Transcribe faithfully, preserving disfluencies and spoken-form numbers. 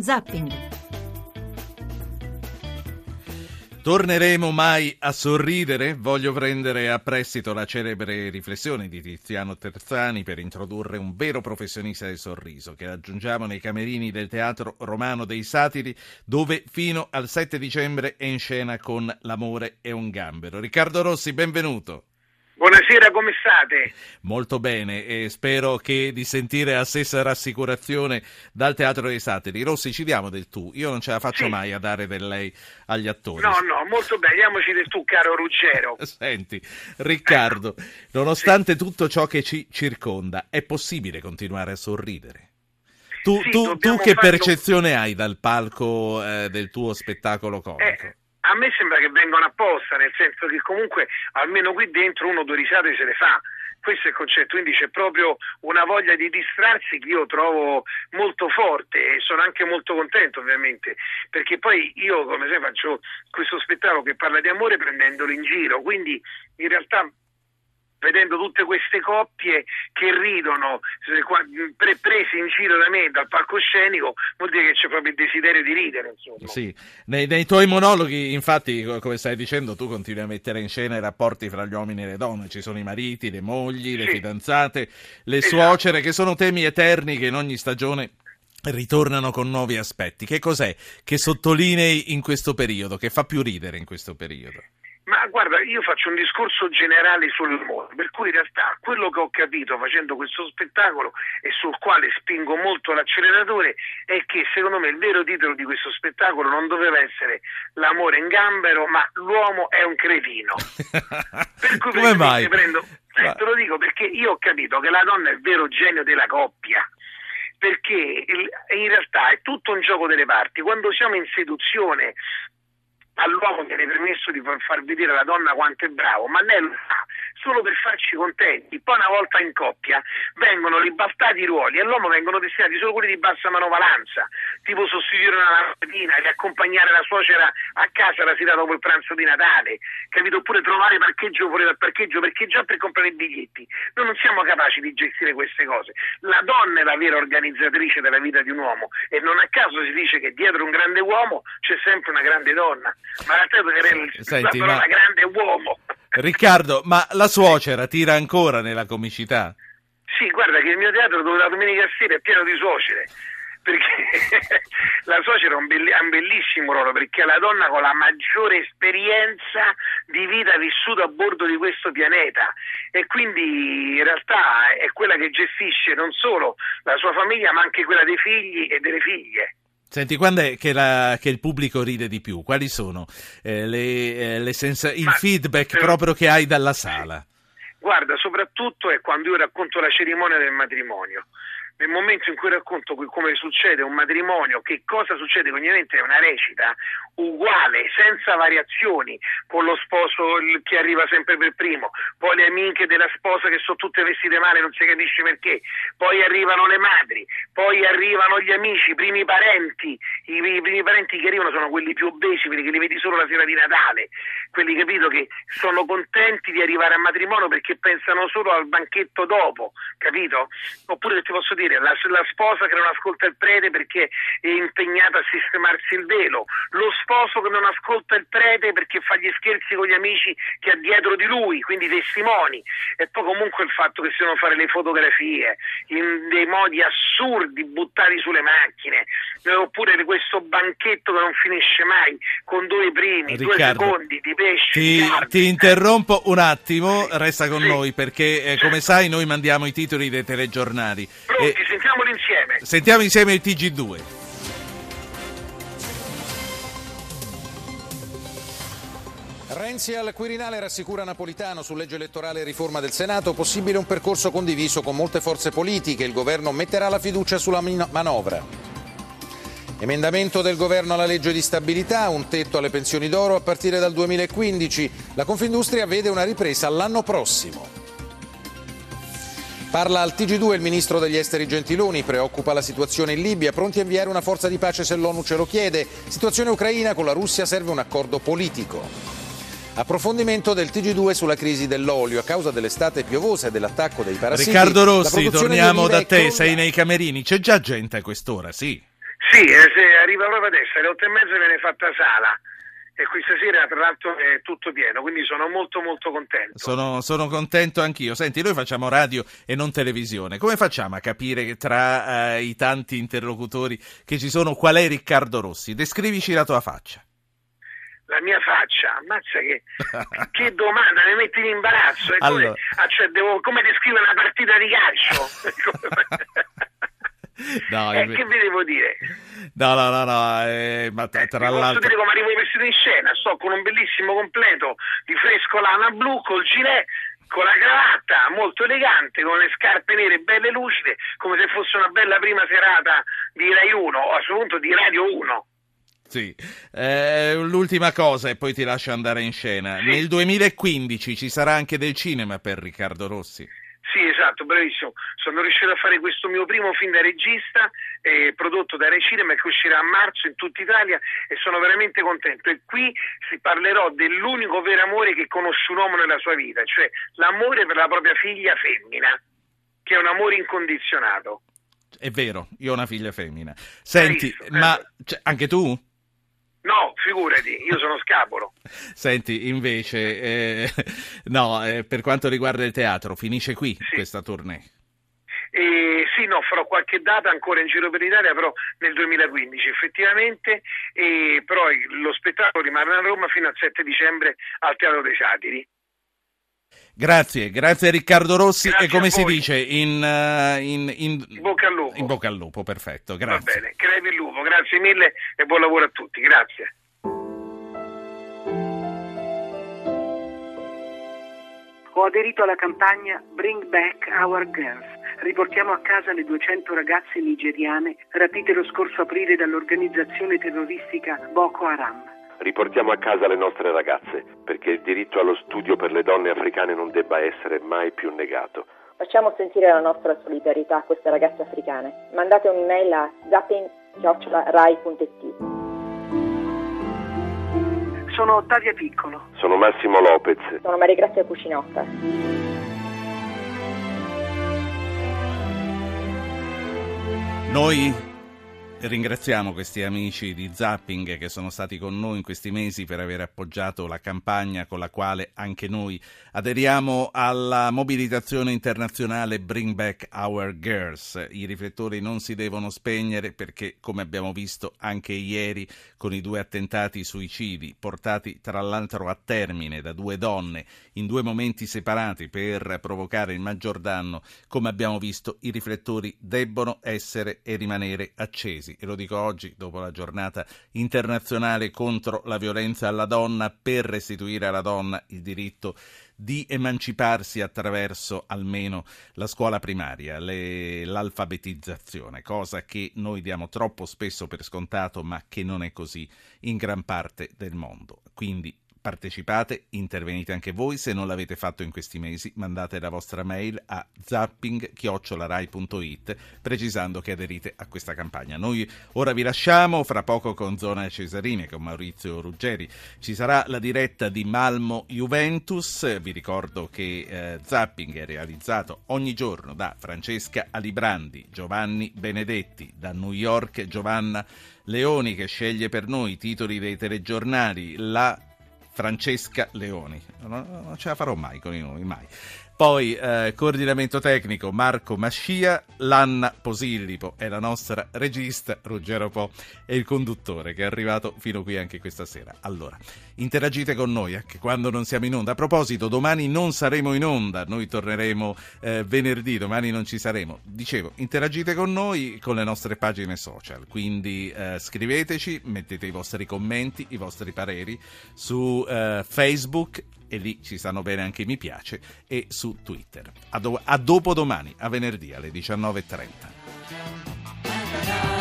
Zapping. Torneremo mai a sorridere? Voglio prendere a prestito la celebre riflessione di Tiziano Terzani per introdurre un vero professionista del sorriso, che raggiungiamo nei camerini del Teatro Romano dei Satiri, dove fino al sette dicembre è in scena con L'amore è un gambero. Riccardo Rossi, benvenuto. Buonasera, come state? Molto bene, e spero che di sentire la stessa rassicurazione dal Teatro dei Satiri. Rossi, ci diamo del tu, io non ce la faccio sì. mai a dare del lei agli attori. No, no, molto bene, diamoci del tu, caro Ruggero. Senti, Riccardo, nonostante sì. tutto ciò che ci circonda, è possibile continuare a sorridere? Tu, sì, tu, tu che farlo... percezione hai dal palco eh, del tuo spettacolo comico? Eh. A me sembra che vengono apposta, nel senso che comunque almeno qui dentro uno due risate se le fa. Questo è il concetto, quindi c'è proprio una voglia di distrarsi che io trovo molto forte e sono anche molto contento ovviamente, perché poi io come se faccio questo spettacolo che parla di amore prendendolo in giro, quindi in realtà vedendo tutte queste coppie che ridono pre- presi in giro da me dal palcoscenico, vuol dire che c'è proprio il desiderio di ridere, insomma. Sì, nei, nei tuoi monologhi, infatti, come stai dicendo, tu continui a mettere in scena i rapporti fra gli uomini e le donne, ci sono i mariti, le mogli, le sì. fidanzate, le esatto. suocere, che sono temi eterni che in ogni stagione ritornano con nuovi aspetti. Che cos'è che sottolinei in questo periodo, che fa più ridere in questo periodo? Ma guarda, io faccio un discorso generale sull'amore, per cui in realtà quello che ho capito facendo questo spettacolo e sul quale spingo molto l'acceleratore è che secondo me il vero titolo di questo spettacolo non doveva essere L'amore in gambero, ma L'uomo è un cretino. Per cui come mai? Prendo, eh, te lo dico perché io ho capito che la donna è il vero genio della coppia. Perché in realtà è tutto un gioco delle parti. Quando siamo in seduzione all'uomo viene permesso di far vedere alla donna quanto è bravo, ma lei lo fa solo per farci contenti. Poi una volta in coppia vengono ribaltati i ruoli e all'uomo vengono destinati solo quelli di bassa manovalanza, tipo sostituire una lavatina, riaccompagnare la suocera a casa la sera dopo il pranzo di Natale, capito? Oppure trovare parcheggio fuori dal parcheggio, perché già per comprare i biglietti noi non siamo capaci di gestire queste cose. La donna è la vera organizzatrice della vita di un uomo e non a caso si dice che dietro un grande uomo c'è sempre una grande donna. Ma la Senti, però ma... una grande uomo. Riccardo, ma la suocera tira ancora nella comicità? Sì, guarda che il mio teatro dove la domenica sera è pieno di suocere, perché la suocera ha un, bell- ha un bellissimo ruolo, perché è la donna con la maggiore esperienza di vita vissuta a bordo di questo pianeta e quindi in realtà è quella che gestisce non solo la sua famiglia ma anche quella dei figli e delle figlie. Senti, quando è che, la, che il pubblico ride di più? Quali sono eh, le, eh, le senza- il Ma, feedback per... proprio che hai dalla sala? Guarda, soprattutto è quando io racconto la cerimonia del matrimonio. Nel momento in cui racconto come succede un matrimonio, che cosa succede, ovviamente è una recita uguale, senza variazioni, con lo sposo che arriva sempre per primo, poi le amiche della sposa che sono tutte vestite male, non si capisce perché, poi arrivano le madri, poi arrivano gli amici, i primi parenti, i, i primi parenti che arrivano sono quelli più obesi, quelli che li vedi solo la sera di Natale, quelli, capito, che sono contenti di arrivare al matrimonio perché pensano solo al banchetto dopo, capito? Oppure ti posso dire La, la sposa che non ascolta il prete perché è impegnata a sistemarsi il velo, lo sposo che non ascolta il prete perché fa gli scherzi con gli amici che ha dietro di lui, quindi testimoni, e poi comunque il fatto che si devono fare le fotografie in dei modi assurdi buttati sulle macchine, oppure questo banchetto che non finisce mai con due primi, Riccardo, due secondi di pesce. Ti, di ti interrompo un attimo, resta con sì. noi perché eh, come sai noi mandiamo i titoli dei telegiornali. Pronti, e... sentiamoli insieme. Sentiamo insieme il T G due. Renzi al Quirinale rassicura Napolitano su legge elettorale e riforma del Senato, possibile un percorso condiviso con molte forze politiche, il governo metterà la fiducia sulla manovra. Emendamento del governo alla legge di stabilità, un tetto alle pensioni d'oro a partire dal duemilaquindici, la Confindustria vede una ripresa l'anno prossimo. Parla al T G due il ministro degli esteri Gentiloni, preoccupa la situazione in Libia, pronti a inviare una forza di pace se l'ONU ce lo chiede, situazione ucraina, con la Russia serve un accordo politico. Approfondimento del T G due sulla crisi dell'olio a causa dell'estate piovosa e dell'attacco dei parassiti. Riccardo Rossi, torniamo da te, sei nei camerini, c'è già gente a quest'ora, sì? Sì, eh, se arriva proprio adesso, alle otto e mezza viene fatta sala. E questa sera tra l'altro è tutto pieno, quindi sono molto molto contento. Sono, sono contento anch'io. Senti, noi facciamo radio e non televisione. Come facciamo a capire che tra eh, i tanti interlocutori che ci sono qual è Riccardo Rossi? Descrivici la tua faccia. La mia faccia, ammazza che, che domanda, mi metti in imbarazzo. È allora. come, ah, cioè, devo, come descrivere una partita di calcio? No, eh, che vi devo dire? No, no, no, no eh, ma tra, tra eh, l'altro... posso dire come arrivo vestito in scena, sto con un bellissimo completo di fresco lana blu, col gilet, con la cravatta, molto elegante, con le scarpe nere belle lucide, come se fosse una bella prima serata di Rai uno, o a questo punto di Radio uno. Sì, eh, l'ultima cosa e poi ti lascio andare in scena. Sì. Nel duemilaquindici ci sarà anche del cinema per Riccardo Rossi. Sì, esatto, bravissimo. Sono riuscito a fare questo mio primo film da regista, eh, prodotto da Rai Cinema, che uscirà a marzo in tutta Italia, e sono veramente contento. E qui si parlerò dell'unico vero amore che conosce un uomo nella sua vita, cioè l'amore per la propria figlia femmina, che è un amore incondizionato. È vero, io ho una figlia femmina. Senti, visto, ma eh. cioè, anche tu? No, figurati, io sono scapolo. Senti, invece, eh, no, eh, per quanto riguarda il teatro, finisce qui sì. questa tournée? Eh, sì, no, farò qualche data ancora in giro per l'Italia, però nel duemilaquindici effettivamente, e però lo spettacolo rimarrà a Roma fino al sette dicembre al Teatro dei Satiri. Grazie, grazie a Riccardo Rossi. Grazie e come si voi. dice in, uh, in, in, in bocca al lupo. In bocca al lupo, perfetto, grazie. Va bene, crepi il lupo, grazie mille e buon lavoro a tutti, grazie. Ho aderito alla campagna Bring Back Our Girls. Riportiamo a casa le duecento ragazze nigeriane rapite lo scorso aprile dall'organizzazione terroristica Boko Haram. Riportiamo a casa le nostre ragazze, perché il diritto allo studio per le donne africane non debba essere mai più negato. Facciamo sentire la nostra solidarietà a queste ragazze africane. Mandate un'email a zapping chiocciola rai punto it. Sono Ottavia Piccolo. Sono Massimo Lopez. Sono Maria Grazia Cucinotta. Noi ringraziamo questi amici di Zapping che sono stati con noi in questi mesi per aver appoggiato la campagna con la quale anche noi aderiamo alla mobilitazione internazionale Bring Back Our Girls. I riflettori non si devono spegnere perché, come abbiamo visto anche ieri con i due attentati suicidi portati tra l'altro a termine da due donne in due momenti separati per provocare il maggior danno, come abbiamo visto i riflettori debbono essere e rimanere accesi. E lo dico oggi, dopo la giornata internazionale contro la violenza alla donna, per restituire alla donna il diritto di emanciparsi attraverso almeno la scuola primaria, le, l'alfabetizzazione, cosa che noi diamo troppo spesso per scontato, ma che non è così in gran parte del mondo. Quindi partecipate, intervenite anche voi. Se non l'avete fatto in questi mesi, mandate la vostra mail a zapping chiocciola rai punto it precisando che aderite a questa campagna. Noi ora vi lasciamo, fra poco con Zona Cesarini, con Maurizio Ruggeri ci sarà la diretta di Malmo Juventus. Vi ricordo che eh, Zapping è realizzato ogni giorno da Francesca Alibrandi, Giovanni Benedetti, da New York Giovanna Leoni che sceglie per noi i titoli dei telegiornali, la Francesca Leoni, non, non ce la farò mai con i nomi, mai. Poi eh, coordinamento tecnico Marco Mascia, Lanna Posillipo è la nostra regista, Ruggero Po è il conduttore che è arrivato fino qui anche questa sera. Allora, interagite con noi anche quando non siamo in onda. A proposito, domani non saremo in onda, noi torneremo eh, venerdì, domani non ci saremo. Dicevo, interagite con noi con le nostre pagine social, quindi eh, scriveteci, mettete i vostri commenti, i vostri pareri su eh, Facebook, e lì ci stanno bene anche i mi piace, e su Twitter. A, do- a dopodomani, a venerdì alle diciannove e trenta.